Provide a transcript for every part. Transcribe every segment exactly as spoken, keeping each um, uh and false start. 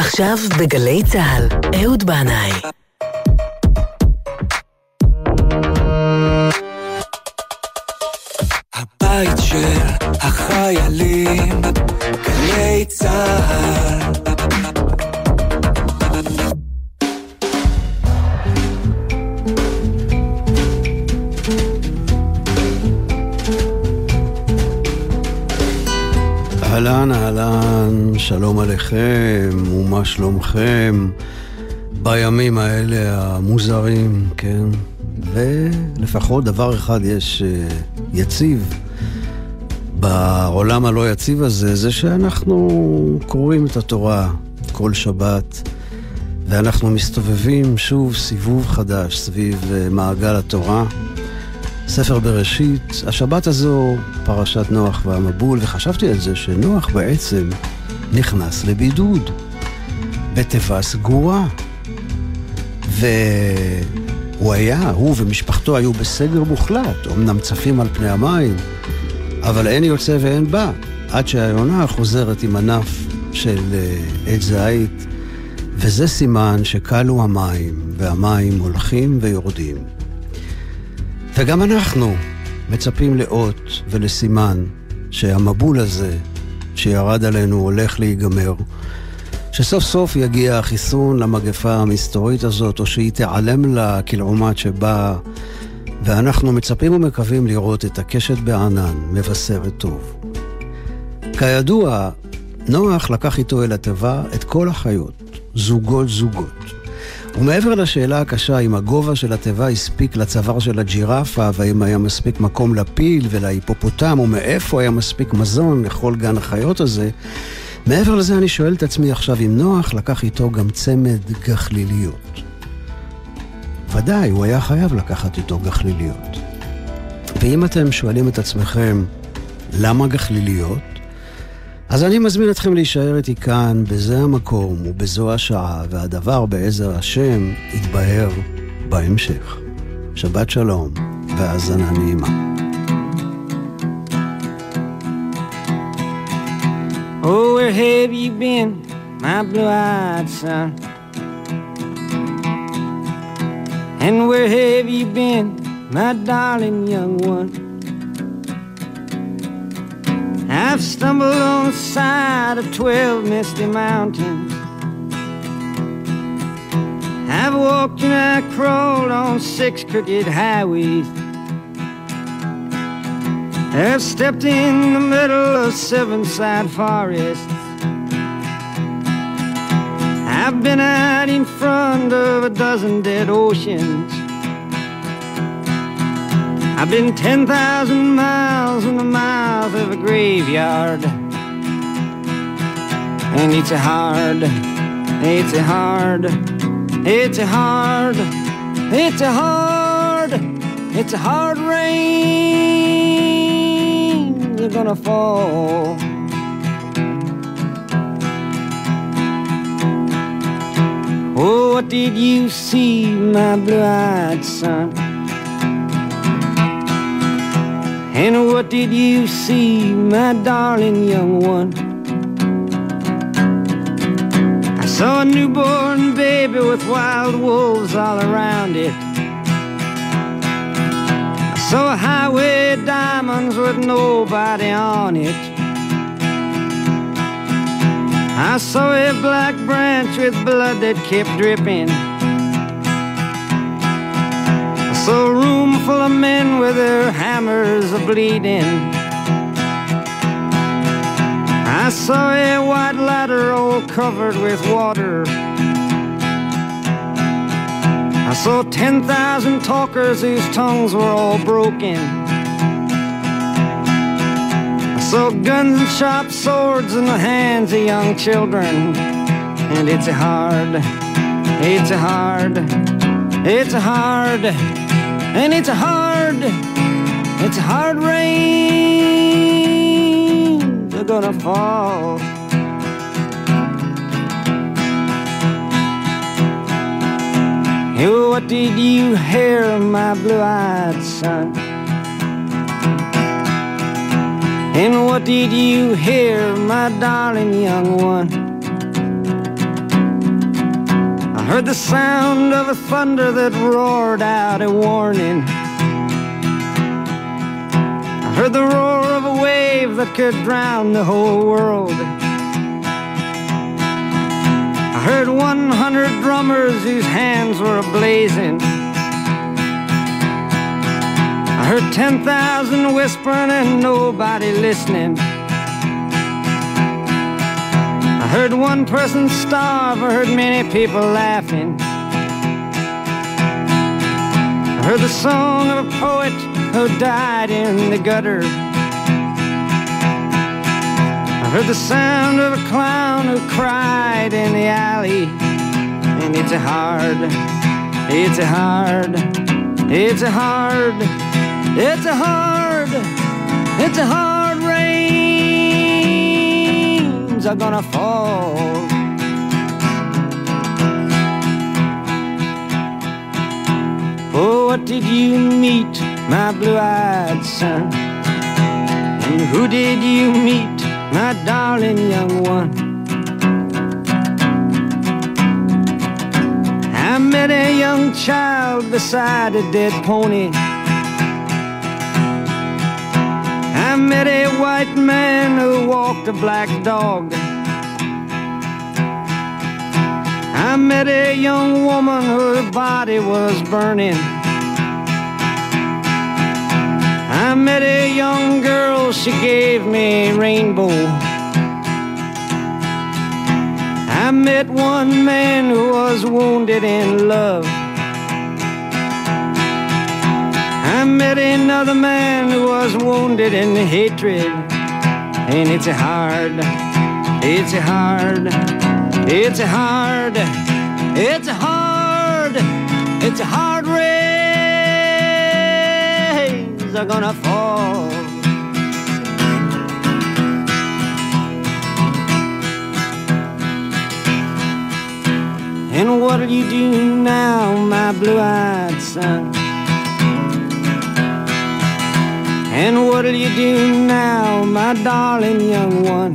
עכשיו בגלי צהל, אהוד בנאי. הבית של החיילים, גלי צהל. אהלן, אהלן, שלום עליכם, ומה שלומכם בימים האלה המוזרים, כן? ולפחות דבר אחד יש יציב בעולם הלא יציב הזה, זה שאנחנו קוראים את התורה כל שבת, ואנחנו מסתובבים שוב סיבוב חדש סביב מעגל התורה. ספר בראשית, השבת הזו פרשת נוח והמבול, וחשבתי על זה שנוח בעצם נכנס לבידוד בתיבה סגורה, והוא היה, הוא ומשפחתו היו בסגר מוחלט, אמנם צפים על פני המים, אבל אין יוצא ואין בא, עד שהיונה חוזרת עם ענף של עץ זית, וזה סימן שקלו המים, והמים הולכים ויורדים. וגם אנחנו מצפים לאות ולסימן שהמבול הזה שירד עלינו הולך להיגמר, שסוף סוף יגיע החיסון למגפה המסתורית הזאת, או שהיא תיעלם לה כלעומת שבאה, ואנחנו מצפים ומקווים לראות את הקשת בענן מבשרת טוב. כידוע, נוח לקח איתו אל התיבה את כל החיות, זוגות זוגות. ומעבר לשאלה הקשה אם הגובה של התיבה הספיק לצוואר של הג'ירפה, והאם היה מספיק מקום לפיל ולהיפופוטם, ומאיפה היה מספיק מזון לכל גן החיות הזה, מעבר לזה אני שואל את עצמי עכשיו אם נוח לקח איתו גם צמד גחליליות. ודאי, הוא היה חייב לקחת איתו גחליליות. ואם אתם שואלים את עצמכם למה גחליליות, אז אני מזמין אתכם להישאר איתי כאן, בזה המקום ובזו השעה, והדבר בעזר השם יתבהר בהמשך. שבת שלום והאזנה נעימה. Oh, where have you been, my blue-eyed son? And where have you been, my darling young one? I've stumbled on the side of twelve misty mountains. I've walked and I crawled on six crooked highways. I've stepped in the middle of seven sad forests. I've been out in front of a dozen dead oceans. I've been ten thousand miles in the mouth of a graveyard. And it's a hard, it's a hard, it's a hard, it's a hard, it's a hard rain you're gonna fall. Oh, what did you see, my blue-eyed son? And what did you see, my darling young one? I saw a newborn baby with wild wolves all around it. I saw a highway of diamonds with nobody on it. I saw a black branch with blood that kept dripping. I saw a room full of men with their hammers a-bleeding. I saw a white ladder all covered with water. I saw ten thousand talkers whose tongues were all broken. I saw guns and sharp swords in the hands of young children. And it's a hard, it's a hard, it's a hard, and it's a hard, it's a hard rain they're gonna fall. Oh, what did you hear, my blue-eyed son? And what did you hear, my darling young one? heard the sound of a thunder that roared out a warning. I heard the roar of a wave that could drown the whole world. I heard one hundred drummers whose hands were ablazing. I heard ten thousand whispering and nobody listening. I heard one person starve, I heard many people laughing. I heard the song of a poet who died in the gutter. I heard the sound of a clown who cried in the alley. And it's a hard, it's a hard, it's a hard, it's a hard, it's a hard rains are gonna fall. Oh, what did you meet, my blue-eyed son? And who did you meet, my darling young one? I met a young child beside a dead pony. I met a white man who walked a black dog. I met a young woman whose body was burning. I met a young girl, she gave me a rainbow. I met one man who was wounded in love. I met another man who was wounded in hatred. And it's a hard, it's a hard, it's a hard, it's a hard, it's a hard rains are gonna fall. And what'll you do now, my blue-eyed son? And what'll you do now, my darling young one?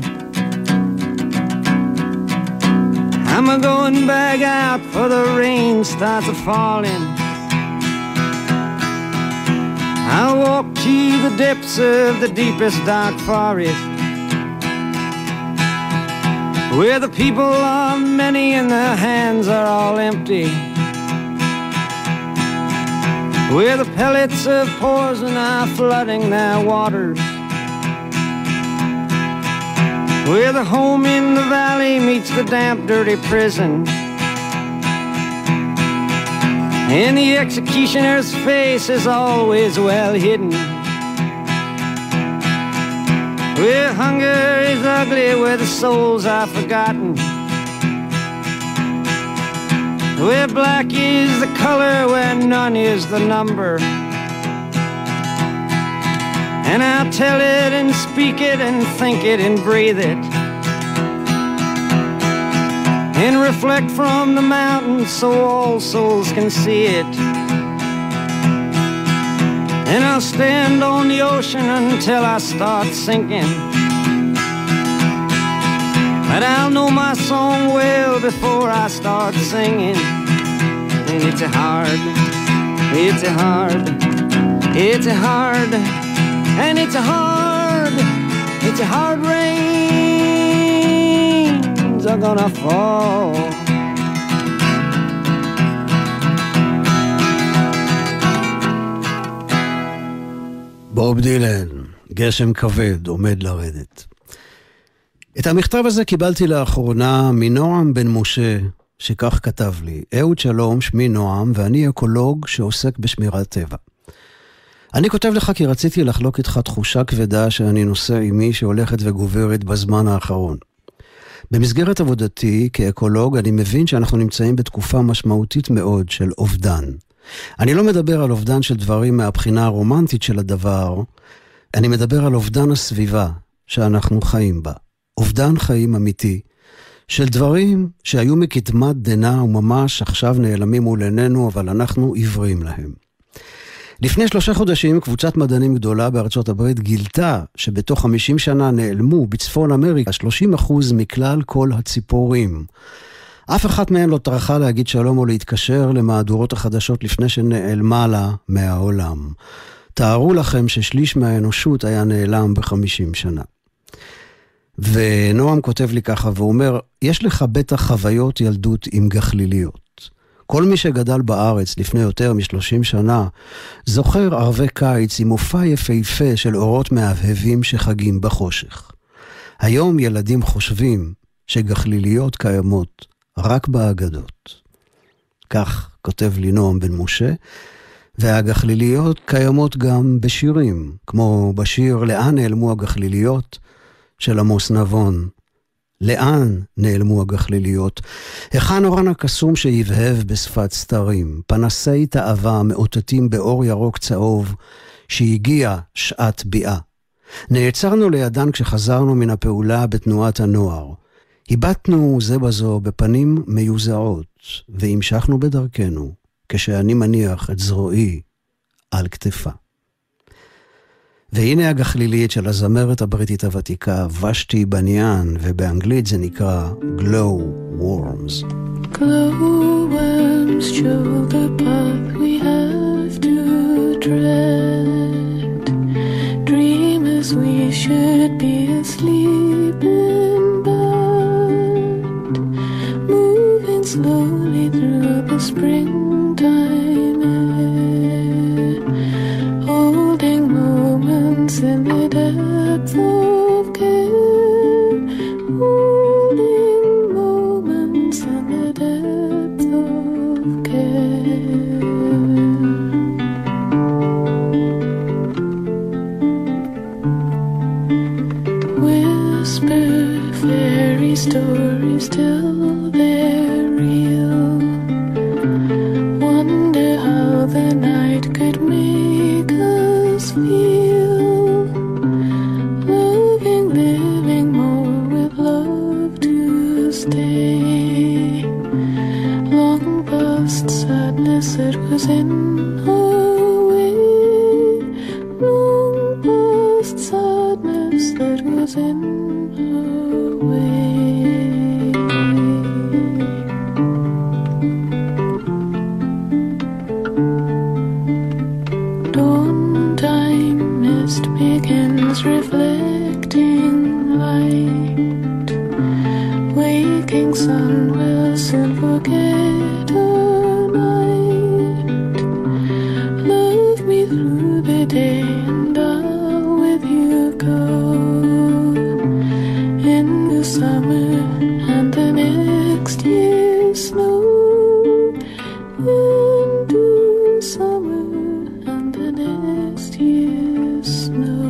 I'm a-going back out for the rain starts a-falling. I'll walk to the depths of the deepest dark forest, where the people are many and their hands are all empty, where the pellets of poison are flooding their waters, where the home in the valley meets the damp, dirty prison, and the executioner's face is always well hidden, where hunger is ugly, where the souls are forgotten, where black is the color, where none is the number. And I'll tell it and speak it and think it and breathe it, and reflect from the mountains so all souls can see it. And I'll stand on the ocean until I start sinking, but I'll know my song well before I start singing. And it's a hard, it's a hard, it's a hard, and it's a hard, it's a hard rains are gonna fall. בוב דילן, גשם כבד עומד לרדת. את המכתב הזה קיבלתי לאחרונה מנועם בן משה, שכך כתב לי: אהוד שלום, שמי נועם, ואני אקולוג שעוסק בשמירת טבע. אני כותב לך כי רציתי לחלוק איתך תחושה כבדה שאני נושא עימי שהולכת וגוברת בזמן האחרון. במסגרת עבודתי כאקולוג אני מבין שאנחנו נמצאים בתקופה משמעותית מאוד של אובדן. אני לא מדבר על אובדן של דברים מהבחינה הרומנטית של הדבר, אני מדבר על אובדן הסביבה שאנחנו חיים בה. אובדן חיים אמיתי של דברים שהיו מקדמת דנה וממש עכשיו נעלמים מול עינינו, אבל אנחנו עיוורים להם. לפני שלושה חודשים קבוצת מדענים גדולה בארצות הברית גילתה שבתוך חמישים שנה נעלמו בצפון אמריקה שלושים אחוז מכלל כל הציפורים. אף אחת מהן לא טרחה להגיד שלום או להתקשר למהדורות החדשות לפני שנעלמה לה מהעולם. תארו לכם ששליש מהאנושות היה נעלם בחמישים שנה. ונועם כותב לי ככה, והוא אומר, יש לך בטח חוויות ילדות עם גחליליות. כל מי שגדל בארץ לפני יותר משלושים שנה, זוכר ערבי קיץ עם מופע יפהפה של אורות מהבהבים שחגים בחושך. היום ילדים חושבים שגחליליות קיימות רק באגדות. כך כותב לי נועם בן משה, והגחליליות קיימות גם בשירים, כמו בשיר לאן נעלמו הגחליליות של עמוס נבון. לאן נעלמו הגחליליות? היכן אורן הקסום שיבהב בשפת סתרים, פנסי תאווה מאותתים באור ירוק צהוב, שהגיע שעת ביאה. נעצרנו לידן כשחזרנו מן הפעולה בתנועת הנוער. היבטנו זה בזו בפנים מיוזעות, והמשכנו בדרכנו, כשאני מניח את זרועי על כתפה. והנה הגחלילית של הזמרת הבריטית הוותיקה, ושתי בניאן, ובאנגלית זה נקרא Glow Worms. Glow worms show the path we have to tread. Dream as we should be asleep in bed, moving slowly through the springtime air, holding moments in the depth of care, holding moments in the depth of care. Whisper fairy stories till they're real. Wonder how the night could make us feel. Loving, living more with love to stay. Long past sadness that was in our way. Long past sadness that was in our way. Dawn time mist begins reflecting light. Waking sun will soon forget our night. Love me through the day and I'll with you go. In the summer and the next year's snow. Into summer and the next year's snow.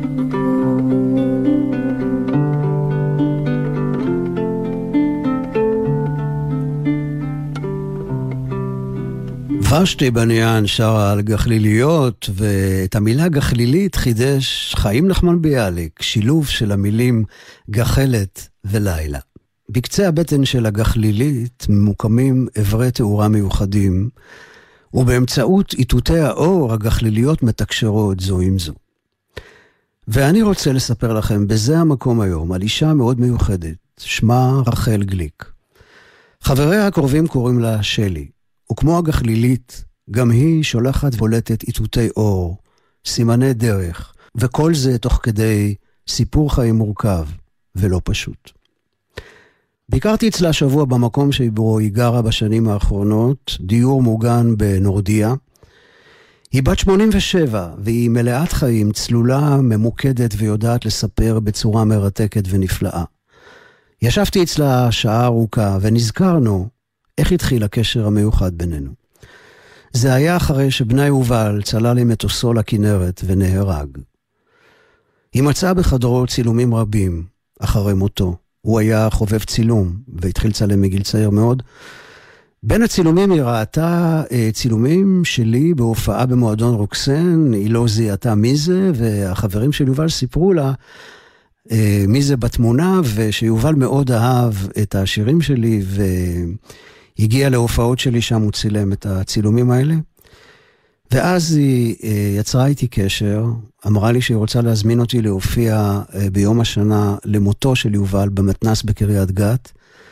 ושתי בניאן שרה על גחליליות, ואת המילה גחלילית חידש חיים נחמן ביאליק, שילוב של המילים גחלת ולילה. בקצה הבטן של הגחלילית ממוקמים אברי תאורה מיוחדים, ובאמצעות איתותי האור הגחליליות מתקשרות זו עם זו. ואני רוצה לספר לכם בזה המקום היום על אישה מאוד מיוחדת, שמה רחל גליק. חבריה הקרובים קוראים לה שלי, וכמו הגחלילית, גם היא שולחת בולטת איתותי אור, סימני דרך, וכל זה תוך כדי סיפור חיים מורכב ולא פשוט. ביקרתי אצלה השבוע במקום שבו היא גרה בשנים האחרונות, דיור מוגן בנורדיה. היא בת שמונים ושבע, והיא מלאת חיים, צלולה, ממוקדת ויודעת לספר בצורה מרתקת ונפלאה. ישבתי אצלה שעה ארוכה ונזכרנו איך התחיל הקשר המיוחד בינינו. זה היה אחרי שבנה יובל צלל עם מטוסו לכנרת ונהרג. היא מצאה בחדרו צילומים רבים אחרי מותו. הוא היה חובב צילום והתחיל צלם מגיל צעיר מאוד. בין הצילומים היא ראתה צילומים שלי בהופעה במועדון רוקסן, היא לא זיהתה מי זה, והחברים של יובל סיפרו לה מי זה בתמונה, ושיובל מאוד אהב את השירים שלי, והגיע להופעות שלי שם הוא צילם את הצילומים האלה. ואז היא יצרה איתי קשר, אמרה לי שהיא רוצה להזמין אותי להופיע ביום השנה למותו של יובל במתנס בקריית גת.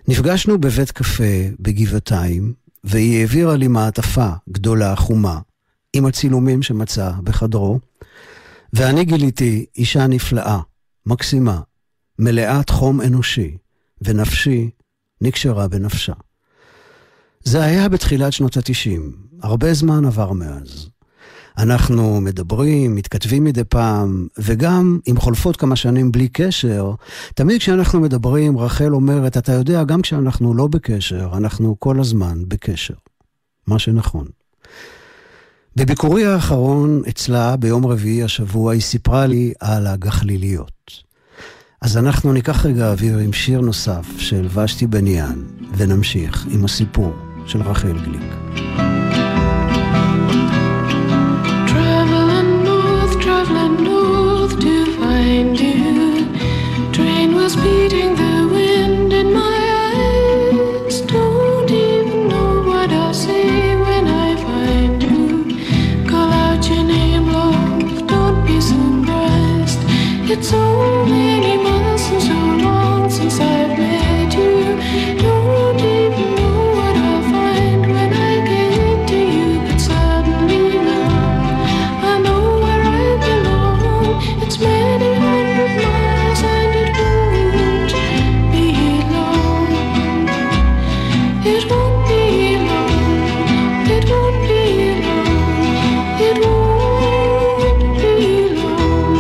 נפגשנו בבית קפה בגבעתיים, והיא העבירה לי מעטפה גדולה חומה, עם הצילומים שמצאה בחדרו, ואני גיליתי אישה נפלאה, מקסימה, מלאת חום אנושי, ונפשי נקשרה בנפשה. זה היה בתחילת שנות התשעים, הרבה זמן עבר מאז. אנחנו מדברים, מתכתבים מדי פעם, וגם אם חולפות כמה שנים בלי קשר, תמיד כשאנחנו מדברים, רחל אומרת, אתה יודע, גם כשאנחנו לא בקשר, אנחנו כל הזמן בקשר. מה שנכון. בביקורי האחרון אצלה, ביום רביעי השבוע, היא סיפרה לי על הגחליליות. אז אנחנו ניקח רגע אוויר עם שיר נוסף של ושתי בניאן, ונמשיך עם הסיפור של רחל גליק. Traveling north to find you. Train was beating the wind in my eyes. Don't even know what I'll say when I find you. Call out your name, love, don't be surprised. It's so many months and so long since I've met you. Don't even know what I'll find when I get to you. But suddenly now I know where I belong. It's many hundred miles and it won't be long. It won't be long. It won't be long. It won't be long.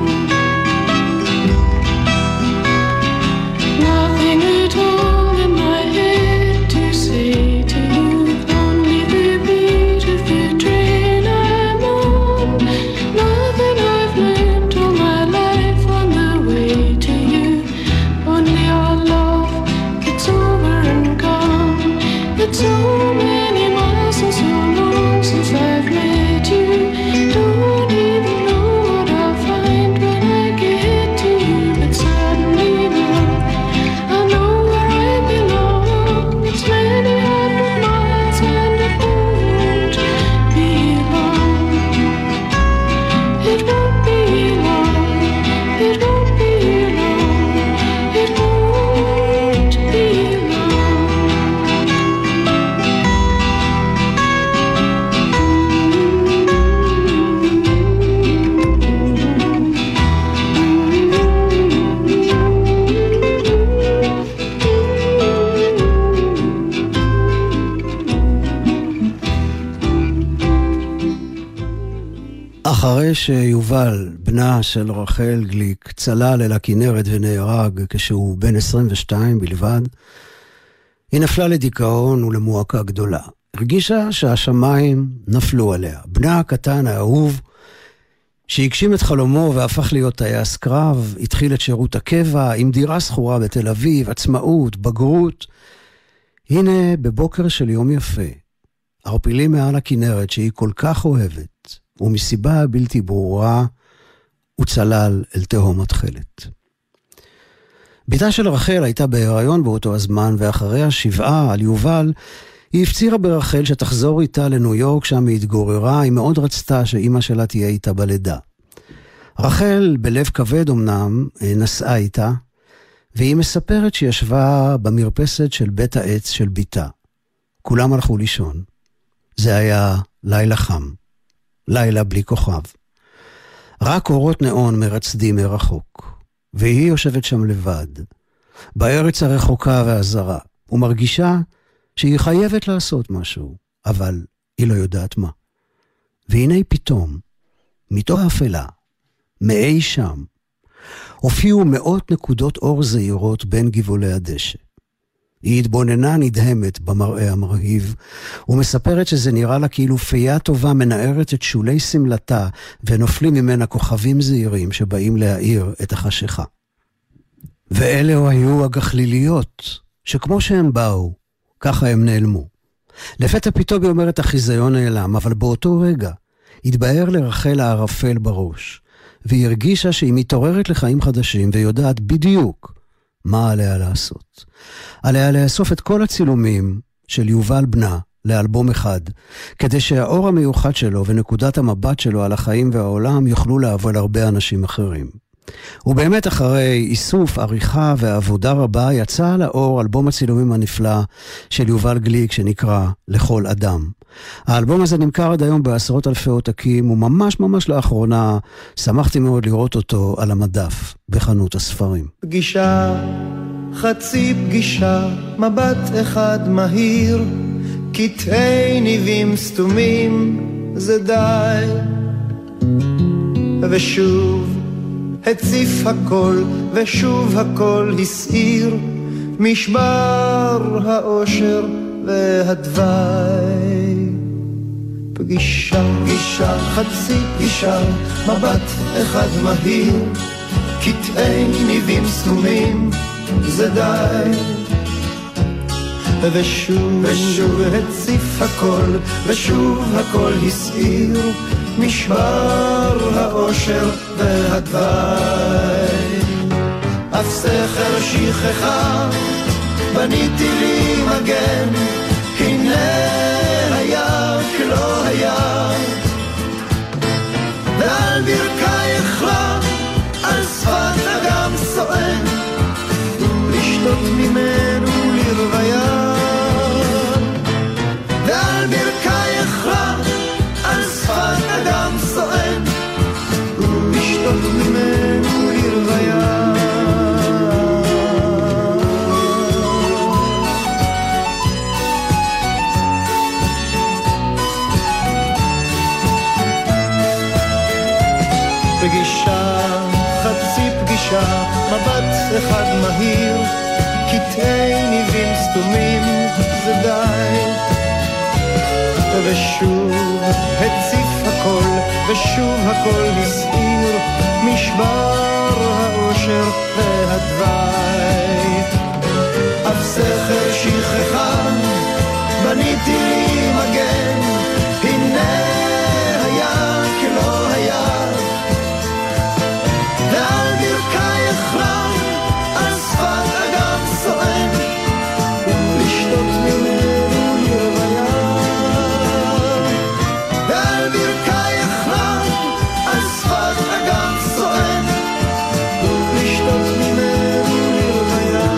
Nothing at all in my head to say to you. Only the beat of the train I'm on. Nothing I've learned all my life on the way to you. Only our love, it's over and gone. It's so many miles and so long since I've met you. Don't even know what I'll find when I get to you. But suddenly now I know where I belong. It's many hundred miles and it won't be long. It won't be long. It won't be long. It won't be אחרי שיובל, בנה של רחל גליק, צלל אל הכנרת ונהרג כשהוא בן עשרים ושתיים בלבד, היא נפלה לדיכאון ולמועקה גדולה. הרגישה שהשמיים נפלו עליה. בנה הקטן, האהוב, שהגשים את חלומו והפך להיות טייס קרב, התחיל את שירות הקבע עם דירה סחורה בתל אביב, עצמאות, בגרות. הנה בבוקר של יום יפה, ערפילים מעל הכנרת שהיא כל כך אוהבת, ומסיבה בלתי ברורה הוא צלל אל תהום התחלת. ביתה של רחל הייתה בהיריון באותו הזמן, ואחרי השבעה על יובל, היא הפצירה ברחל שתחזור איתה לניו יורק, שם היא התגוררה. היא מאוד רצתה שאימא שלה תהיה איתה בלידה. רחל, בלב כבד אמנם, נסעה איתה, והיא מספרת שישבה במרפסת של בית העץ של ביתה. כולם הלכו לישון. זה היה לילה חם, לילה בלי כוכב. רק אורות נאון מרצדים מרחוק, והיא יושבת שם לבד, בארץ הרחוקה והזרה, ומרגישה שהיא חייבת לעשות משהו, אבל היא לא יודעת מה. והנה פתאום, מתוך האפלה, מאי שם, הופיעו מאות נקודות אור זהירות בין גבעולי הדשא. היא התבוננה נדהמת במראה המרהיב, ומספרת שזה נראה לה כאילו פייה טובה מנערת את שולי סמלתה, ונופלים ממנה כוכבים זהירים שבאים להאיר את החשיכה. ואלה היו הגחליליות, שכמו שהן באו, ככה הם נעלמו. לפתע פתאום היא אומרת החיזיון נעלם, אבל באותו רגע התבהר לרחל הערפל בראש, והיא הרגישה שהיא מתעוררת לחיים חדשים, ויודעת בדיוק מה עליה לעשות. עליה לאסוף את כל הצילומים של יובל בנה לאלבום אחד, כדי שהאור המיוחד שלו ונקודת המבט שלו על החיים והעולם יוכלו לעבור הרבה אנשים אחרים. ובאמת אחרי איסוף, עריכה ועבודה רבה יצא לאור אלבום הצילומים הנפלא של יובל גליק שנקרא לכל אדם. האלבום הזה נמכר עד היום בעשרות אלפי עותקים, וממש ממש לאחרונה שמחתי מאוד לראות אותו על המדף בחנות הספרים. פגישה, חצי פגישה, מבט אחד מהיר, קטעי ניבים סתומים, זה די. ושוב הציף הכל, ושוב הכל הסעיר, משבר האושר והדווי. פגישה, פגישה, חצי פגישה, מבט אחד מהיר, קטעי ניבים סתומים, זה די. ושוב, ושוב הציף הכל, ושוב הכל הסעיר, משבר האושר והדווי. אף סכר שכחה בניתי לי מגן, הנה היה כלא היה, ועל ברכייך לה, על שפת אגם סואן, לשתות ממנו לרוויה. ועל ברכייך לה, על שפת אדם סואן, לשתות ממנו לרוויה. פגישה, חצי פגישה, מבט אחד מהיר, קטעי ניבים סתומים, זה די. ושוב הציף הכל, ושוב הכל הסעיר, משבר האושר והדווי. אף סכר שכחה בניתי לי מגן, הנה היה כלא היה, ועל ברכייך לה, על שפת אגם סואן, לשתות ממנו לרוויה. ועל ברכייך לה, על שפת אגם סואן, לשתות ממנו לרוויה.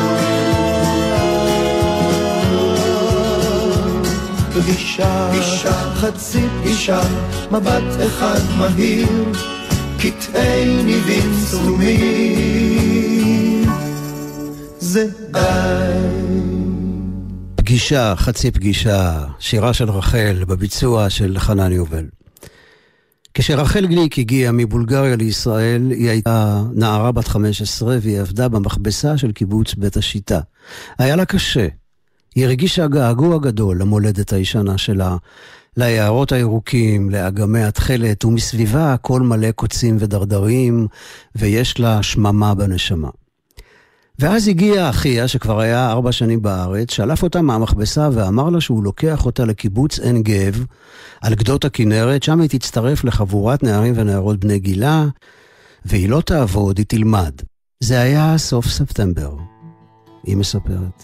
פגישה, פגישה, חצי פגישה, מבט אחד מהיר, קטעי ניבים סתומים, זה די. פגישה, חצי פגישה, שירה של רחל בביצוע של חנן יובל. כשרחל גליק הגיעה מבולגריה לישראל, היא הייתה נערה בת חמש עשרה והיא עבדה במכבסה של קיבוץ בית השיטה. היה לה קשה. היא הרגישה געגוע גדול למולדת הישנה שלה, ליערות הירוקים, לאגמי התכלת, ומסביבה הכל מלא קוצים ודרדרים, ויש לה שממה בנשמה. ואז הגיע אחיה, שכבר היה ארבע שנים בארץ, שלף אותה מהמכבסה ואמר לה שהוא לוקח אותה לקיבוץ עין גב, על גדות הכנרת, שם היא תצטרף לחבורת נערים ונערות בני גילה, והיא לא תעבוד, היא תלמד. זה היה סוף ספטמבר, היא מספרת.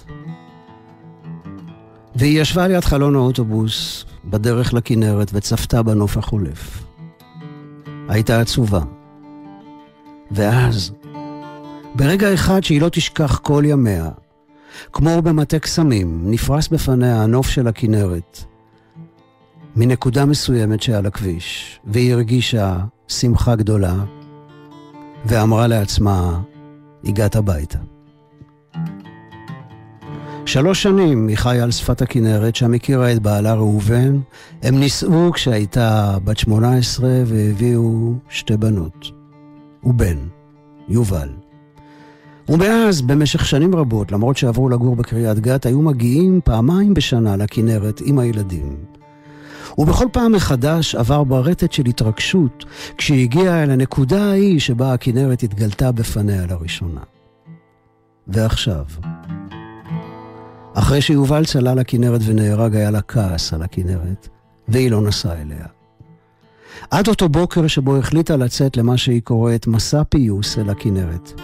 והיא ישבה ליד חלון האוטובוס, בדרך לכנרת, וצפתה בנוף החולף. הייתה עצובה. ואז, ברגע אחד שהיא לא תשכח כל ימיה, כמו במטה קסמים, נפרס בפניה הנוף של הכנרת, מנקודה מסוימת שעל הכביש, והיא הרגישה שמחה גדולה, ואמרה לעצמה, הגעת הביתה. שלוש שנים היא חיה על שפת הכנרת, שם הכירה את בעלה ראובן. הם נישאו כשהייתה בת שמונה עשרה והביאו שתי בנות, ובן, יובל. ומאז, במשך שנים רבות, למרות שעברו לגור בקריית גת, היו מגיעים פעמיים בשנה לכנרת עם הילדים. ובכל פעם מחדש עבר ברטט של התרגשות, כשהיא הגיעה אל הנקודה ההיא שבה הכנרת התגלתה בפניה לראשונה. ועכשיו, אחרי שיובל צלה לכנרת ונהרג, היה לה כעס על הכנרת, והיא לא נסעה אליה. עד אותו בוקר שבו החליטה לצאת למה שהיא קוראת מסע פיוס אל הכנרת.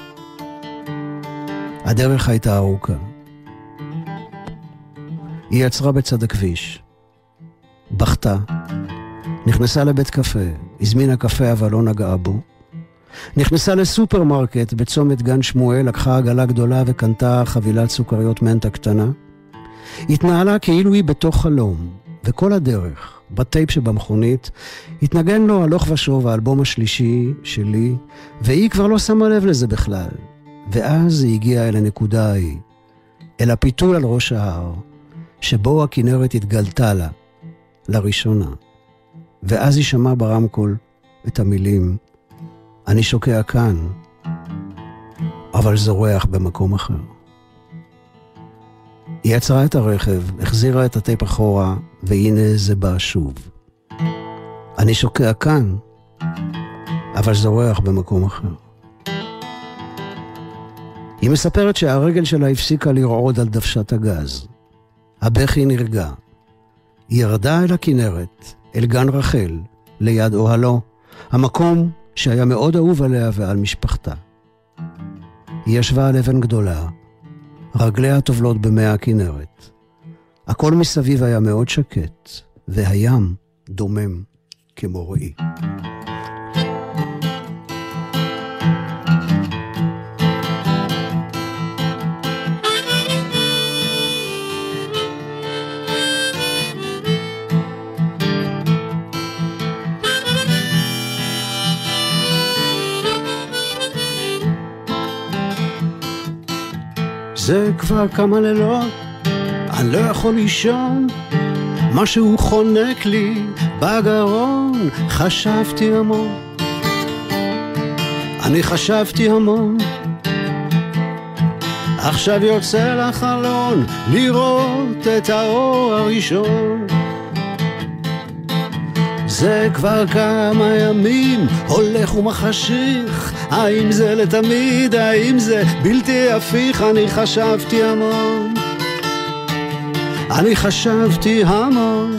הדרך הייתה ארוכה. היא יצרה בצד הכביש, בכתה, נכנסה לבית קפה, הזמינה קפה אבל לא נגעה בו, נכנסה לסופרמרקט בצומת גן שמואל, לקחה עגלה גדולה וקנתה חבילת סוכריות מנטה קטנה. התנהלה כאילו היא בתוך חלום, וכל הדרך, בטייפ שבמכונית, התנגן לו הלוך ושוב האלבום השלישי שלי, והיא כבר לא שמה לב לזה בכלל. ואז היא הגיעה אל הנקודה ההיא, אל הפיתול על ראש ההר, שבו הכנרת התגלתה לה, לראשונה. ואז היא שמעה ברמקול את המילים, אני שוקע כאן, אבל זורח במקום אחר. היא עצרה את הרכב, החזירה את הטייפ אחורה, והנה זה בא שוב. אני שוקע כאן, אבל זורח במקום אחר. היא מספרת שהרגל שלה הפסיקה לרעוד על דוושת הגז. הבכי נרגע. היא ירדה אל הכנרת, אל גן רחל, ליד אוהלו, המקום שהיה מאוד אהוב עליה ועל משפחתה. היא ישבה על אבן גדולה, רגליה טובלות במי הכנרת. הכל מסביב היה מאוד שקט, והים דומם כמו ראי. זה כבר כמה לילות, אני לא יכול לישון, משהו חונק לי בגרון, חשבתי המון, אני חשבתי המון, עכשיו יוצא לחלון לראות את האור הראשון. זה כבר כמה ימים הולך ומחשיך, האם זה לתמיד, האם זה בלתי הפיך, אני חשבתי המון, אני חשבתי המון,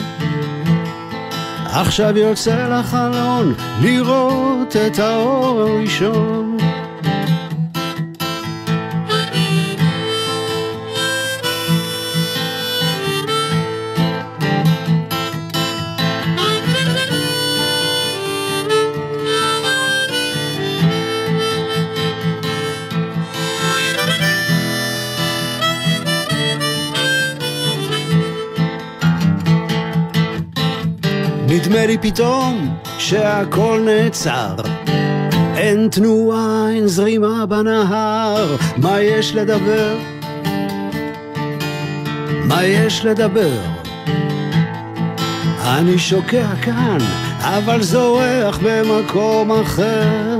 עכשיו יוצא לחלון לראות את האור הראשון. נדמה לי פתאום שהכל נעצר, אין תנועה, אין זרימה בנהר, מה יש לדבר? מה יש לדבר? אני שוקע כאן, אבל זורח במקום אחר.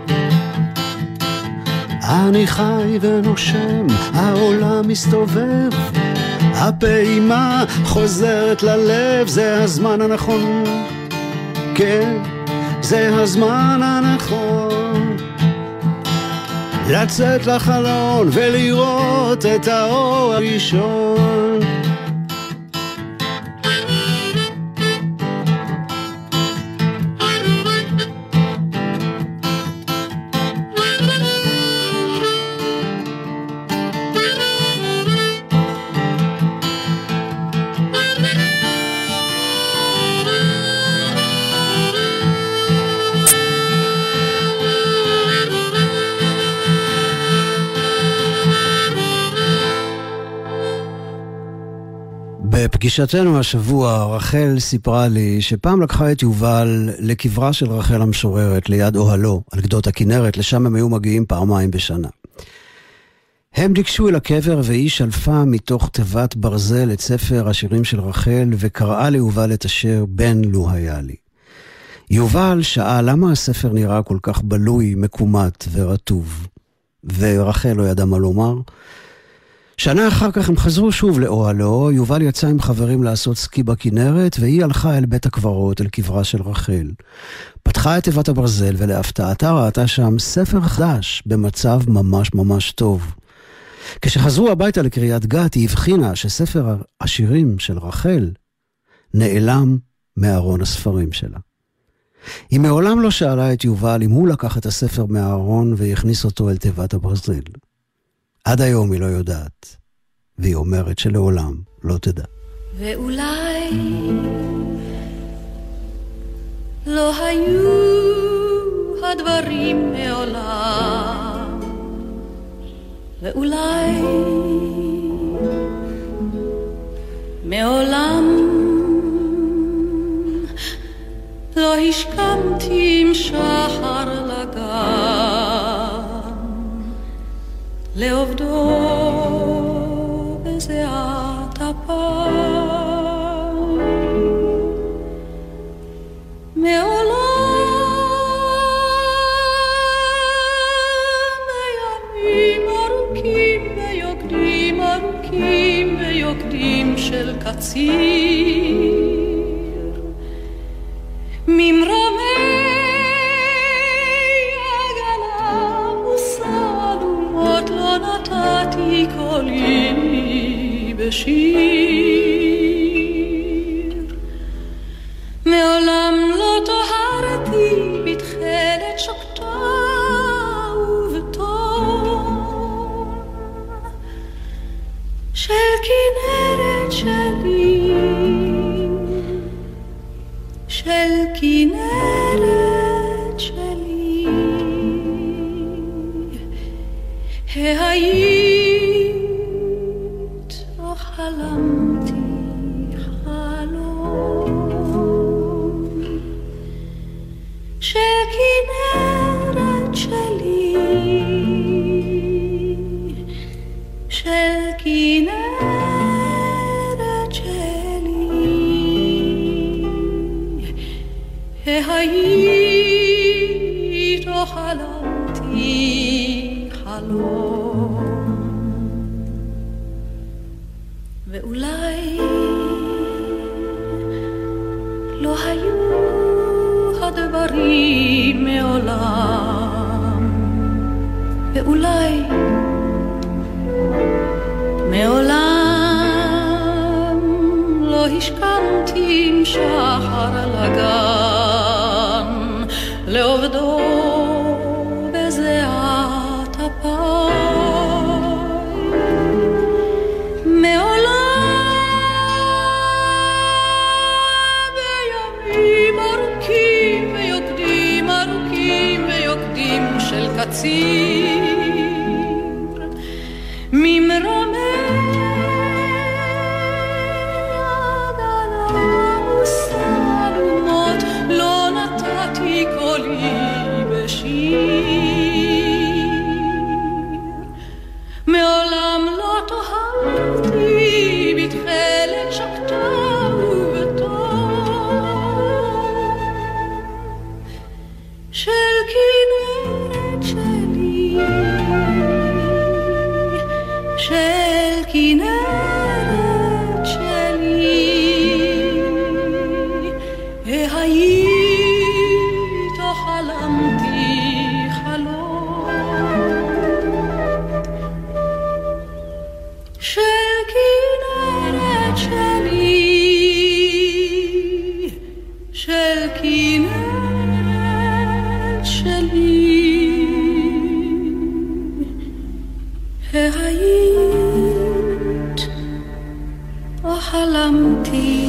אני חי ונושם, העולם מסתובב, הפעימה חוזרת ללב, זה הזמן הנכון, כן, זה הזמן הנכון, לצאת לחלון ולראות את האור הראשון. בפגישתנו השבוע רחל סיפרה לי שפעם לקחה את יובל לקברה של רחל המשוררת ליד אוהלו על גדות הכנרת, לשם הם היו מגיעים פעמיים בשנה. הם ניגשו אל הקבר והיא שלפה מתוך תיבת ברזל את ספר השירים של רחל וקראה ליובל את אשר בן לו היה לי. יובל שאל למה הספר נראה כל כך בלוי, מקומט ורטוב, ורחל לא ידע מה לומר. שנה אחר כך הם חזרו שוב לאוהלו, יובל יצא עם חברים לעשות סקי בכנרת, והיא הלכה אל בית הקברות, אל קברה של רחל. פתחה את תיבת הברזל, ולהפתעתה ראתה שם ספר חדש, במצב ממש ממש טוב. כשחזרו הביתה לקריית גת, היא הבחינה שספר השירים של רחל נעלם מארון הספרים שלה. היא מעולם לא שאלה את יובל אם הוא לקח את הספר מהארון והכניס אותו אל תיבת הברזל. עד היום היא לא יודעת, והיא אומרת שלעולם לא תדע. ואולי לא היו הדברים מעולם, ואולי מעולם לא השכמתי עם שחר לגן, לעובדו בזיעת אפיים. מעולם בימים ארוכים ויוקדים ארוכים ויוקדים של קציר, ממרמי עגלה וסלומות לא נתתי קולי בשיר. מעולם לא טהרתי בתכלת שוקתה ובטון של כנרת שלי, של כנרת שלי. היית או חלמתי חלום של כנרת שלי, של כנרת שלי. היית או חלמתי חלום, ואולי לא היו הדברים מעולם, ואולי מעולם לא השכמתי עם שחר לגן, לעובדו בזיעת אפיים. מעולם בימים ארוכים ויוקדים ארוכים ויוקדים של קציר, ממרמי עגלה וסלומות לא נתתי קולי בשיר. מעולם לא טהרתי בתכלת שוקתה ובטון של כנרת שלי, של כנרת שלי. היית או חלמתי חלום של כנרת שלי, של כנרת שלי. היית או חלמתי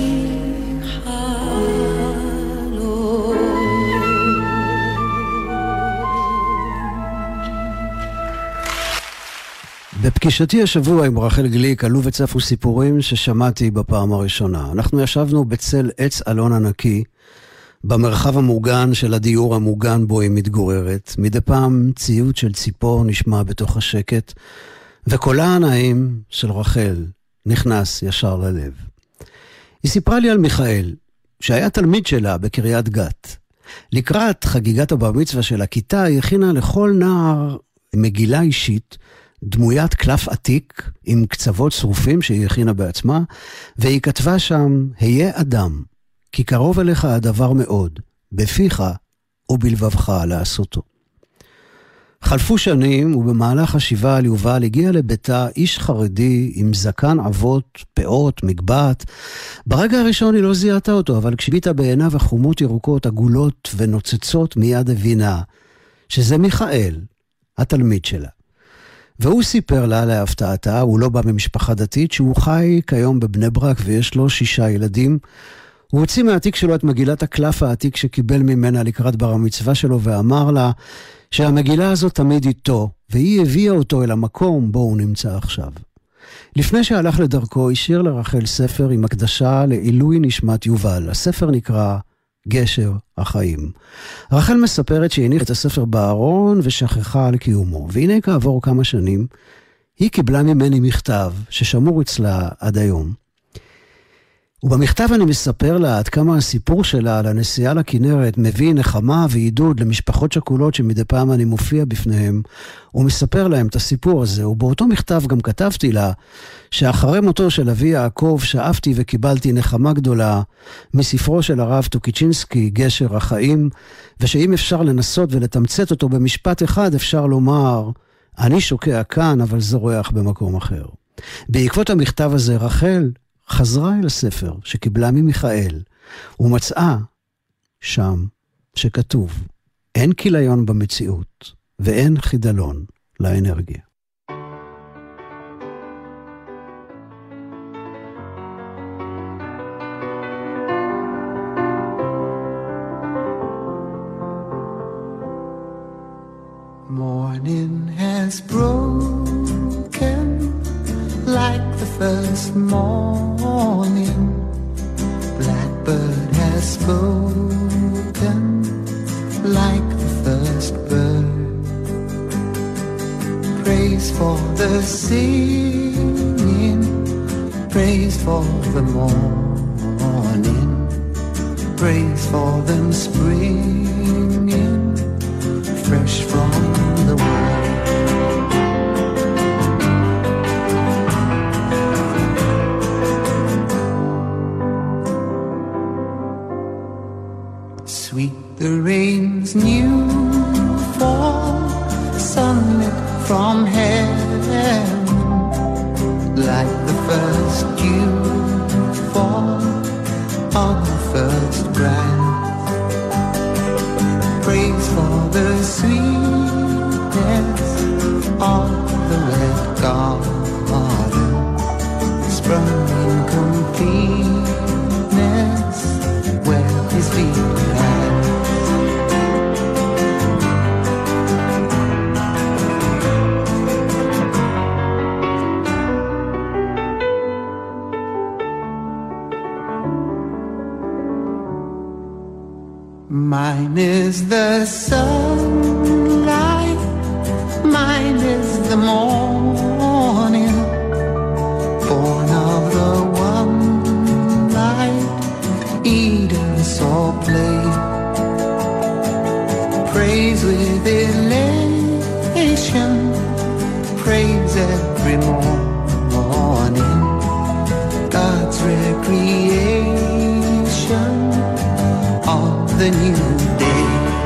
בפגישתי השבוע עם רחל גליק עלו וצפו סיפורים ששמעתי בפעם הראשונה. אנחנו ישבנו בצל עץ אלון ענקי, במרחב המוגן של הדיור המוגן בו היא מתגוררת. מדי פעם ציוט של ציפור נשמע בתוך השקט, וקולה הנעים של רחל נכנס ישר ללב. היא סיפרה לי על מיכאל, שהיה תלמיד שלה בקריית גת. לקראת חגיגת הבר מצווה של הכיתה, היא הכינה לכל נער מגילה אישית, דמוית קלף עתיק עם קצוות שרופים שהיא הכינה בעצמה, והיא כתבה שם, היה אדם, כי קרוב אליך הדבר מאוד, בפיך ובלבבך לעשותו. חלפו שנים, ובמהלך השבעה על יובל הגיע לביתה איש חרדי עם זקן אבות, פאות, מגבעת. ברגע הראשון היא לא זיהתה אותו, אבל כשביטה בעיניו החומות ירוקות, עגולות ונוצצות, מיד הבינה שזה מיכאל, התלמיד שלה. והוא סיפר לה להפתעתה, הוא לא בא ממשפחה דתית, שהוא חי כיום בבני ברק ויש לו שישה ילדים, הוא הוציא מהעתיק שלו את מגילת הקלף העתיק שקיבל ממנה לקראת בר המצווה שלו, ואמר לה שהמגילה הזאת תמיד איתו, והיא הביאה אותו אל המקום בו הוא נמצא עכשיו. לפני שהלך לדרכו, השאיר לרחל ספר עם הקדשה לעילוי נשמת יובל. הספר נקרא גשר החיים. רחל מספרת שהניחה את הספר בארון ושכחה על קיומו, והנה כעבור כמה שנים, היא קיבלה ממני מכתב ששמור אצלה עד היום. ובמכתב אני מספר לה עד כמה הסיפור שלה על הנסיעה לכנרת מביא נחמה ועידוד למשפחות שכולות שמדי פעם אני מופיע בפניהם, ומספר להם את הסיפור הזה. ובאותו מכתב גם כתבתי לה שאחרי מותו של אבי יעקב שאפתי וקיבלתי נחמה גדולה מספרו של הרב טוקיצ'ינסקי, גשר החיים, ושאם אפשר לנסות ולתמצת אותו במשפט אחד, אפשר לומר, אני שוקע כאן אבל זורח במקום אחר. בעקבות המכתב הזה רחל חזרה אל הספר שקיבלה ממיכאל, ומצאה שם שכתוב, אין כיליון במציאות ואין חידלון לאנרגיה. Morning has broken like the first morning. Blackbird has spoken like the first bird. Praise for the singing, praise for the morning, praise for them springing fresh from the world. Sweet the rain's new fall, sunlit from heaven, like the first dew fall on the first grass. Praise for the sweetness of the red garden, sprung in completeness where his feet had. Mine is the sunlight, mine is the morning, born of the one light Eden saw play. Praise with elation, praise every morning, God's recreation of the new day.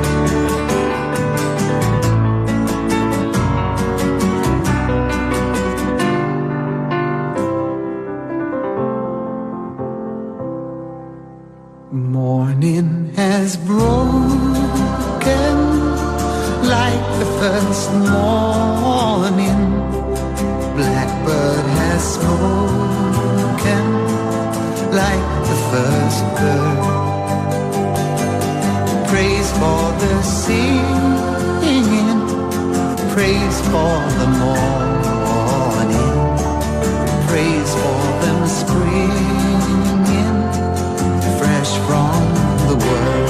Morning has broken like the first morning. Blackbird has spoken like the first bird. Praise for the singing, praise for the morning, praise for them springing fresh from the world.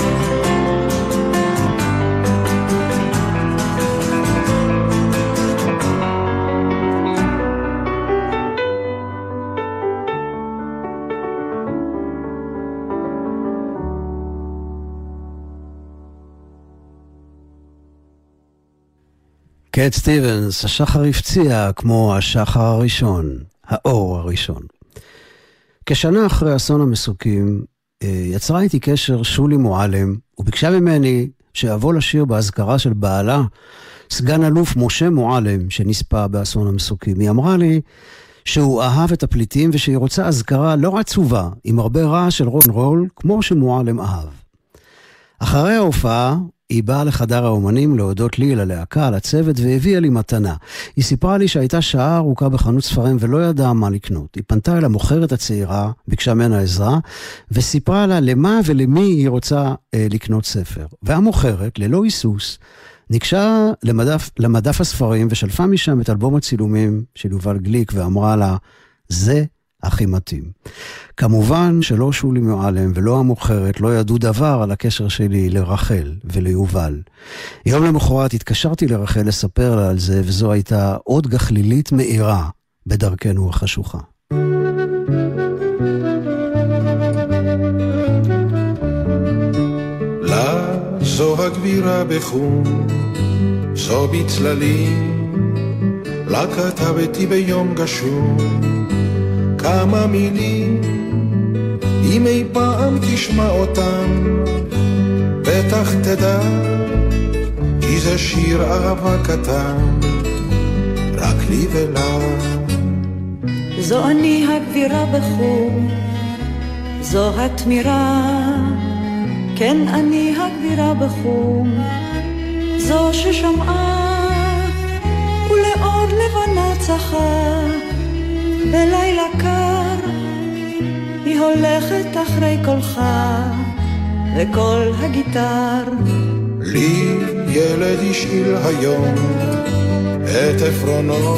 קט סטיבנס, השחר הפציע כמו השחר הראשון, האור הראשון. כשנה אחרי אסון המסוקים, יצרה איתי קשר שולי מועלם, וביקשה ממני שאבוא לשיר בהזכרה של בעלה, סגן אלוף משה מועלם, שנספה באסון המסוקים. היא אמרה לי שהוא אהב את הפליטים, ושהיא רוצה הזכרה לא עצובה, עם הרבה רעש של רון רול, כמו שמועלם אהב. אחרי ההופעה, היא באה לחדר האומנים להודות לי, ללהקה, לצוות, והביאה לי מתנה. היא סיפרה לי שהייתה שעה ארוכה בחנות ספרים ולא ידעה מה לקנות. היא פנתה אל המוכרת הצעירה, ביקשה ממנה עזרה, וסיפרה לה למה ולמי היא רוצה אה, לקנות ספר. והמוכרת, ללא היסוס, ניגשה למדף, למדף הספרים ושלפה משם את אלבום הצילומים של יובל גליק ואמרה לה, זה הכי מתאים. כמובן שלא שולי מועלם ולא המוכרת לא ידעו דבר על הקשר שלי לרחל וליובל. יום למחרת התקשרתי לרחל לספר לה על זה, וזו הייתה עוד גחלילית מאירה בדרכנו החשוכה. לה זו הגבירה בחום, זו בצללים, לה כתבתי ביום גשום כמה מילים, אם אי פעם תשמע אותם בטח תדע, כי זה שיר אהבה קטן רק לי ולה. זו אני הגבירה בחום, זו התמירה, כן אני הגבירה בחום, זו ששמעה ולאור לבנה צחה בלילה קר, היא הולכת אחרי קולך וקול הגיטר. לי ילד השאיל היום את עפרונו,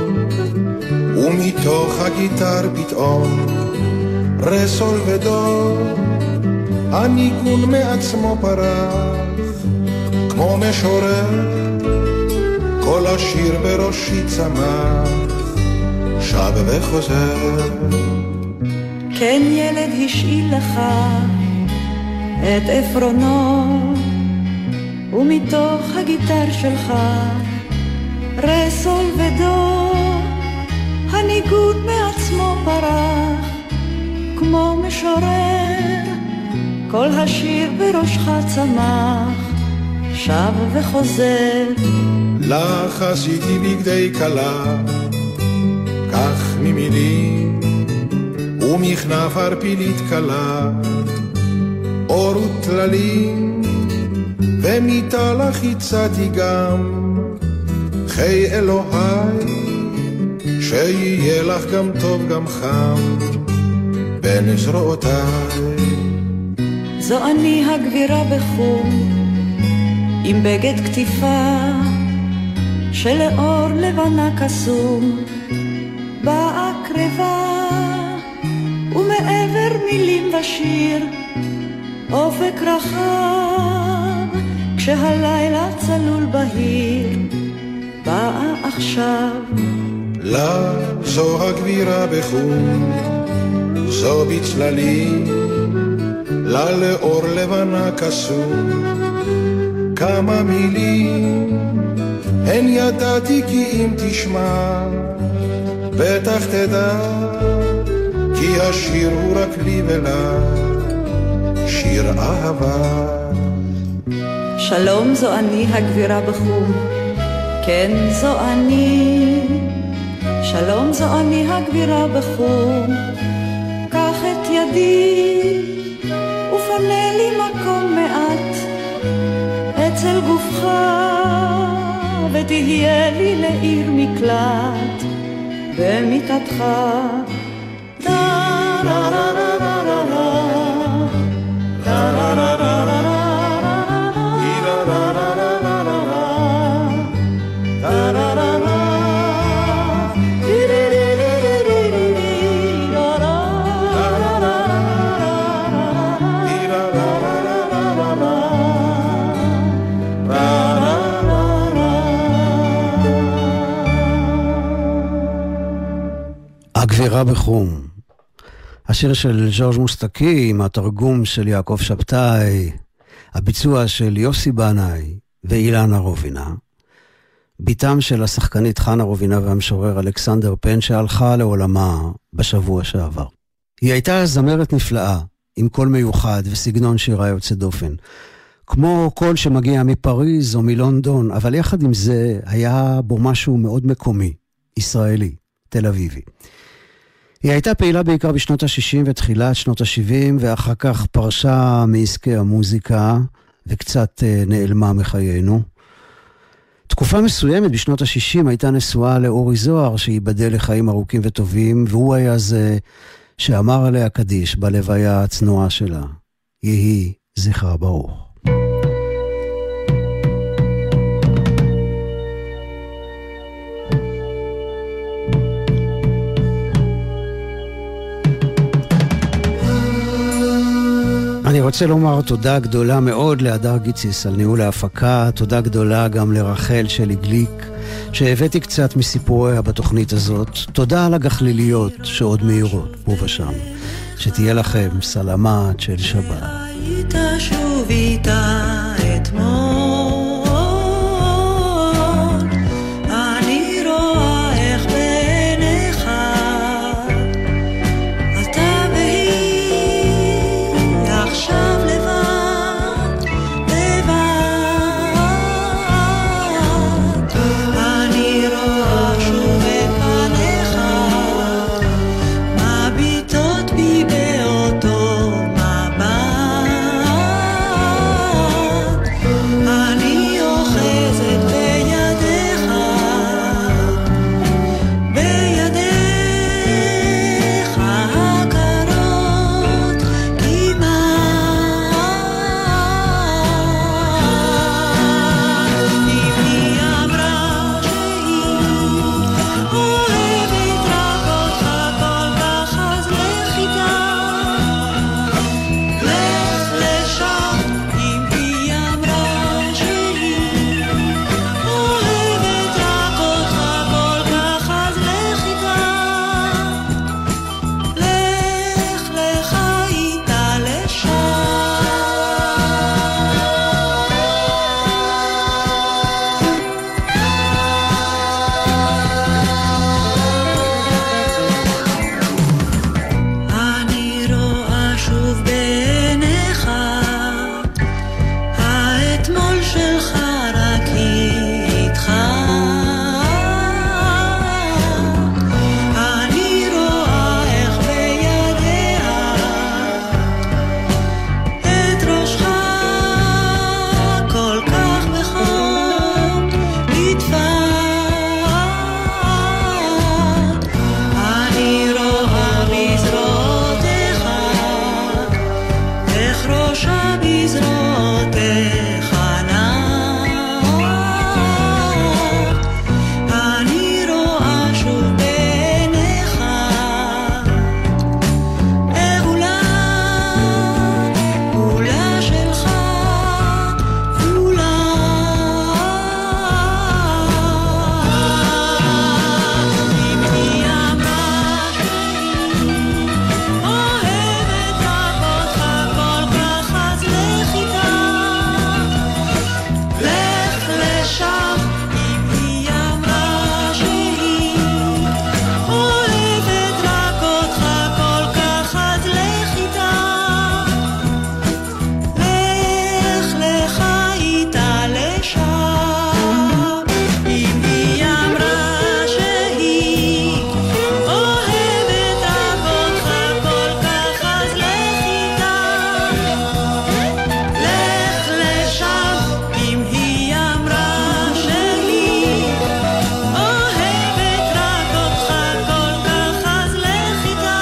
ומתוך הגיטר פתאום רסול ודור, הניגון מעצמו פרח כמו משורר, כל השיר בראשי צמח שב וחוזר. כן ילד השאיל לך את עפרונו, ומתוך הגיטר שלך רסול ודו, הניגון מעצמו פרח כמו משורר, כל השיר בראשך צמח שב וחוזר. לך עשיתי בגדי קלה, כך ממילים ומכנף ערפילית קלה, אור וטללים, ומיטה לך הצעתי גם חי אלוהי, שיהיה לך גם טוב גם חם בין זרועותיי. זו אני הגבירה בחום, עם בגד כתיפה שלאור לבנה קסום, באה קרבה ומעבר מילים ושיר אופק רחב, כשהלילה צלול בהיר באה עכשיו. לה זו הגבירה בחום, זו בצללים, לה לאור לבנה קסום כמה מילים, הן ידעתי כי אם תשמע בטח תדע, כי השיר הוא רק לי ולה, שיר אהבה. שלום, זו אני הגבירה בחום, כן זו אני. שלום, זו אני הגבירה בחום, קח את ידי ופנה לי מקום מעט אצל גופך, ותהיה לי לעיר מקלט במיטתך. הגבירה בחום, השיר של ז'ורג' מוסטקי עם התרגום של יעקב שבתאי, הביצוע של יוסי בנאי ואילנה רובינה, ביתם של השחקנית חנה רובינה והמשורר אלכסנדר פן שהלכה לעולמה בשבוע שעבר. היא הייתה זמרת נפלאה, עם קול מיוחד וסגנון שירה יוצא דופן, כמו קול שמגיע מפריז או מלונדון, אבל יחד עם זה היה בו משהו מאוד מקומי, ישראלי, תל אביבי. היא הייתה פעילה בעיקר בשנות ה-שישים ותחילת שנות ה-שבעים, ואחר כך פרשה מעסקי המוזיקה, וקצת נעלמה מחיינו. תקופה מסוימת בשנות ה-שישים הייתה נשואה לאורי זוהר, שיבדל לחיים ארוכים וטובים, והוא היה זה שאמר עליה קדיש בלוויה הצנועה שלה. יהי זכרה ברוך. אני רוצה לומר תודה גדולה מאוד להדר גיציס על ניהול ההפקה, תודה גדולה גם לרחל שלי גליק, שהבאתי קצת מסיפוריה בתוכנית הזאת, תודה על הגחליליות שעוד מהירות פה ושם, שתהיה לכם סלמת של שבת. היית שוב איתה אתמול, אני רואה איך בעיניך אתה והיא עכשיו לבד, לבד. אני רואה שוב את פניך מביטות בי באותו מבט, אני אוחזת בידיך, בידיך הקרות כמעט. אם היא אמרה שהיא אוהבת רק אותך כל כך, אז לך איתה, לך לשם. אם היא אמרה שהיא אוהבת רק אותך כל כך, אז לך איתה, לך לך איתה לשם. אני רואה שוב בעיניך האתמול שלך רק איתך, אני רואה איך בידיה את ראשך כל כך בחום נתפת, אני רואה בזרועותיך איך ראשה בזרועותיך נח, אני רואה שוב בעיניך אהולה, אהולה שלך, אהולה. אם היא אמרה שהיא אוהבת רק אותך כל כך, אז לך איתה, לך לשם. אם היא אמרה שהיא אוהבת רק אותך כל כך, אז לך איתה, לך לך איתה לשם. אם היא אמרה שהיא אוהבת רק אותך כל כך, אז לך איתה, לך לשם. אם היא אמרה שהיא אוהבת רק אותך כל כך, אז לך איתה,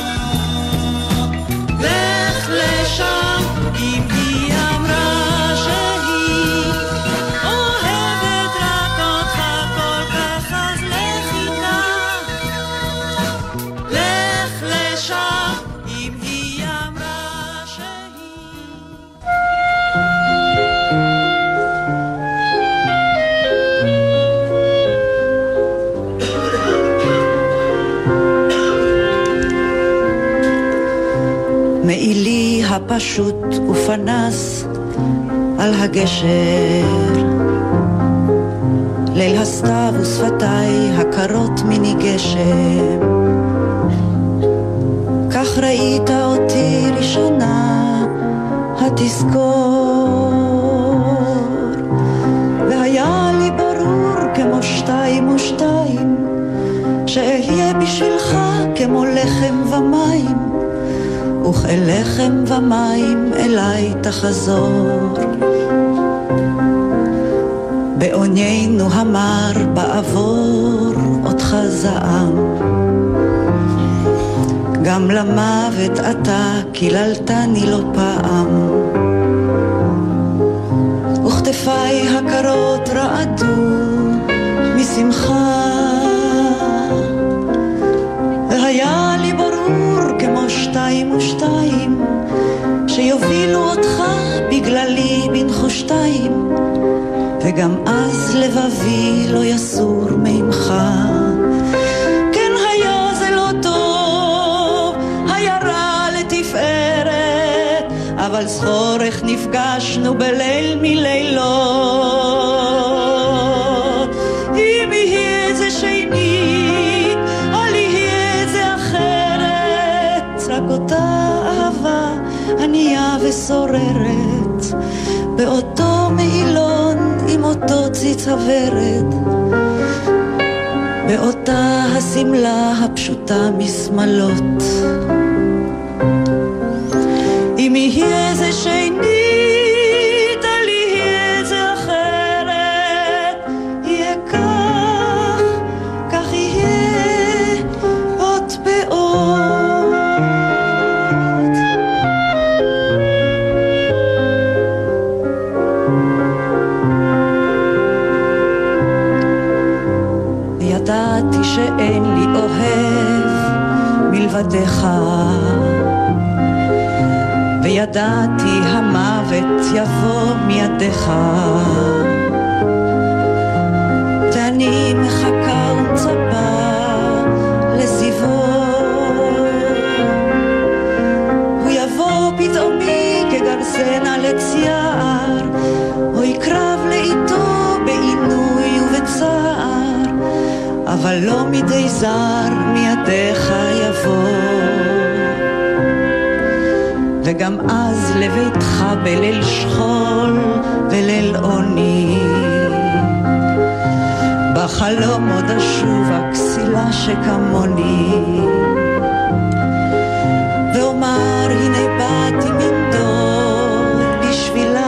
לך לשם. אם היא אמרה שהיא אוהבת רק אותך כל כך, אז לך איתה, לך לשם. אם היא אמרה שהיא מעילי הפשוט ופנס על הגשר, ליל הסתיו ושפתיי הקרות מיני גשם, כך ראית אותי ראשונה התזכור, והיה לי ברור כמו שתיים ושתיים שאהיה בשבילך כמו לחם ומים, וכלחם ומים אליי תחזור. בעוניינו המר בעבור אותך זעם. גם למוות אתה קיללתני לא פעם, וכתפיי הקרות רעדו משמחה, והיה לי ברור כמו שתיים ושתיים שיובילו אותך בגללי בנחושתיים, וגם אז לבבי לא יסור ממך. כן היה זה לא טוב, היה רע לתפארת, אבל זכור איך נפגשנו בליל מלילות. אם יהיה זה שני או יהיה זה אחרת, רק אותה אהבה ענייה וסוררת, באותו מעילון עם אותו ציץ הוורד, באותה הסמלה הפשוטה משמלות. אם יהיה זה שנית, על יהיה זה אחרת, יהיה כך, כך יהיה אות באות. ידעתי שאין לי אוהב מלבדך, וידעתי המוות יבוא מידיך, ואני מחכה ומצפה לסביבו. הוא יבוא פתאומי כגרזן על עץ יער, או יקרב לאיתו בעינוי ובצער, אבל לא מדי זר מידיך יבוא. וגם אז לביתך בליל שכול וליל עוני, בחלום עוד אשוב הכסילה שכמוני, ואומר הנה באתי מנדוד בשבילי,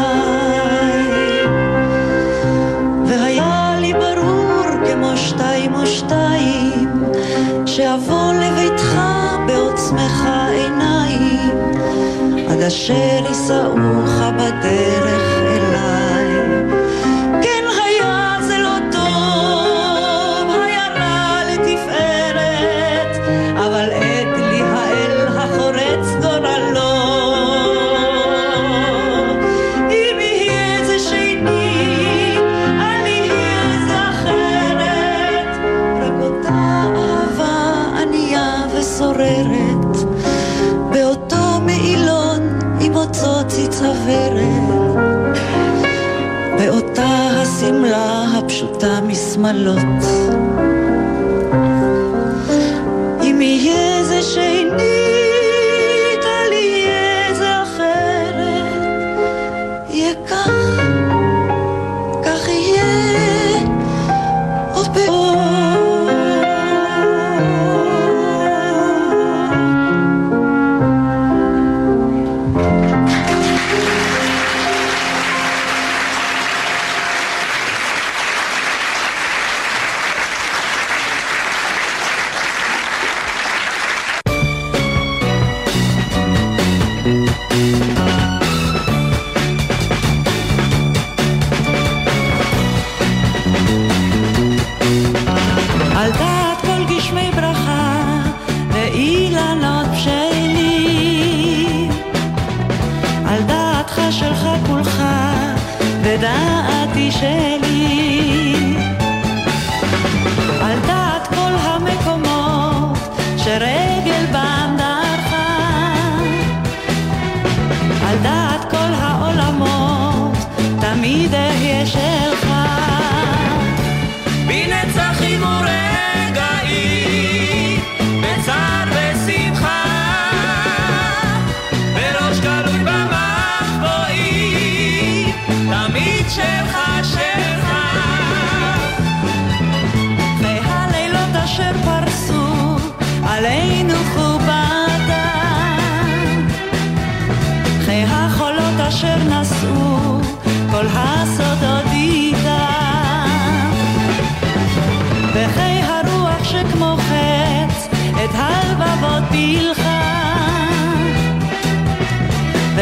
והיה לי ברור כמו שתיים או שתיים שאבוא לביתך בעוצמך עיניים, עד אשר יסעוך בדרך אליי. כן היה זה לא טוב, היה רע לתפארת, אבל עד לי האל החורץ גורלו. אם יהיה זה שני, על יהיה זה אחרת, רק אותה אהבה ענייה וסוררת, באותו מעילון עם אותו ציץ הוורד, באותה הסמלה הפשוטה משמלות. אם יהיה זה שנית, על יהיה זה אחרת, יהיה כך, כך יהיה עוד בעוד. ודעתי שלי, על דעת כל המקומות שרגל בם דרכה, על דעת כל העולמות תמיד אהיה שלך. בנצחים ורגעים, בצער ושמחה, בראש גלוי במחבואים, תמיד שלך שלך.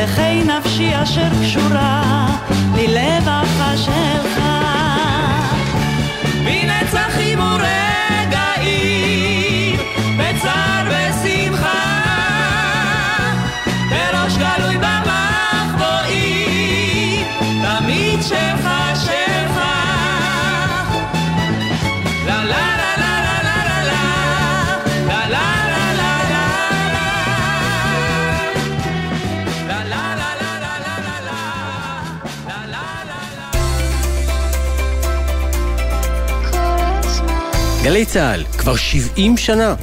לחיי נפשי אשר קשורה ללבך שלך מנצחים ורגעים בצער ושמחה בראש גלוי במחבואים תמיד שלך שלך לה לה לה לה לה לה לה לה גלי צהל, כבר שבעים שנה.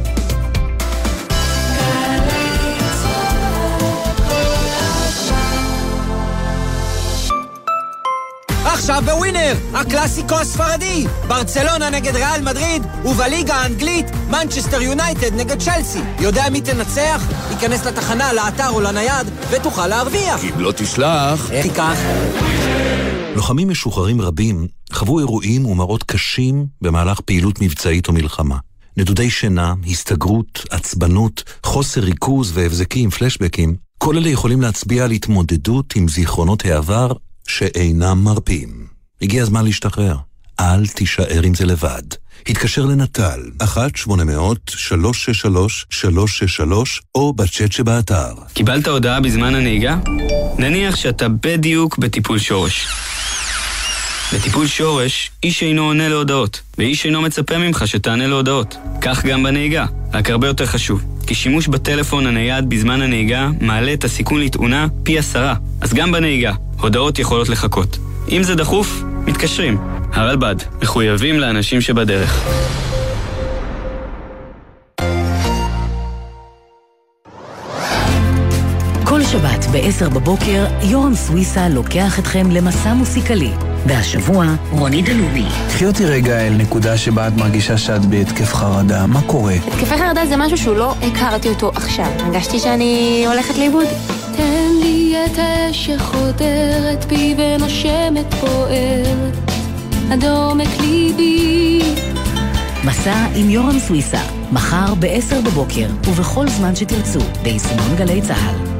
עכשיו בווינר, הקלאסיקו הספרדי, ברצלונה נגד ריאל מדריד, ובליגה האנגלית, מנצ'סטר יונייטד נגד צ'לסי. יודע מי תנצח? ייכנס לתחנה, לאתר או לנייד, ותוכל להרוויח. אם לא תשלח... איך תיקח? לוחמים משוחררים רבים חוו אירועים ומראות קשים במהלך פעילות מבצעית או מלחמה. נדודי שינה, הסתגרות, עצבנות, חוסר ריכוז והבזקים, פלשבקים, כל אלה יכולים להצביע על התמודדות עם זיכרונות העבר שאינם מרפים. הגיע הזמן להשתחרר. אל תישאר עם זה לבד. התקשר לנטל, אחת שמונה מאות שלוש שש שלוש שלוש שש שלוש או בצ'אט שבאתר. קיבלת הודעה בזמן הנהיגה? נניח שאתה בדיוק בטיפול שורש. בטיפול שורש, איש אינו עונה להודעות, ואיש אינו מצפה ממך שתענה להודעות. כך גם בנהיגה, רק הרבה יותר חשוב. כי שימוש בטלפון הנייד בזמן הנהיגה מעלה את הסיכון לתאונה פי עשרה. אז גם בנהיגה, הודעות יכולות לחכות. אם זה דחוף, מתקשרים. הרלב"ד, מחויבים לאנשים שבדרך. כל שבת בעשר בבוקר, יורם סוויסה לוקח אתכם למסע מוסיקלי. והשבוע, רוני דלומי. קחי אותי רגע אל נקודה שבה את מרגישה שאת בהתקף חרדה. מה קורה? התקפי חרדה זה משהו שהוא לא הכרתי אותו עכשיו. הרגשתי שאני הולכת לאיבוד. תן לי את האש שחודרת בי ונושמת פוערת עד עומק ליבי. מסע עם יורם סוויסה, מחר בעשר בבוקר ובכל זמן שתרצו, ביישומון גלי צהל.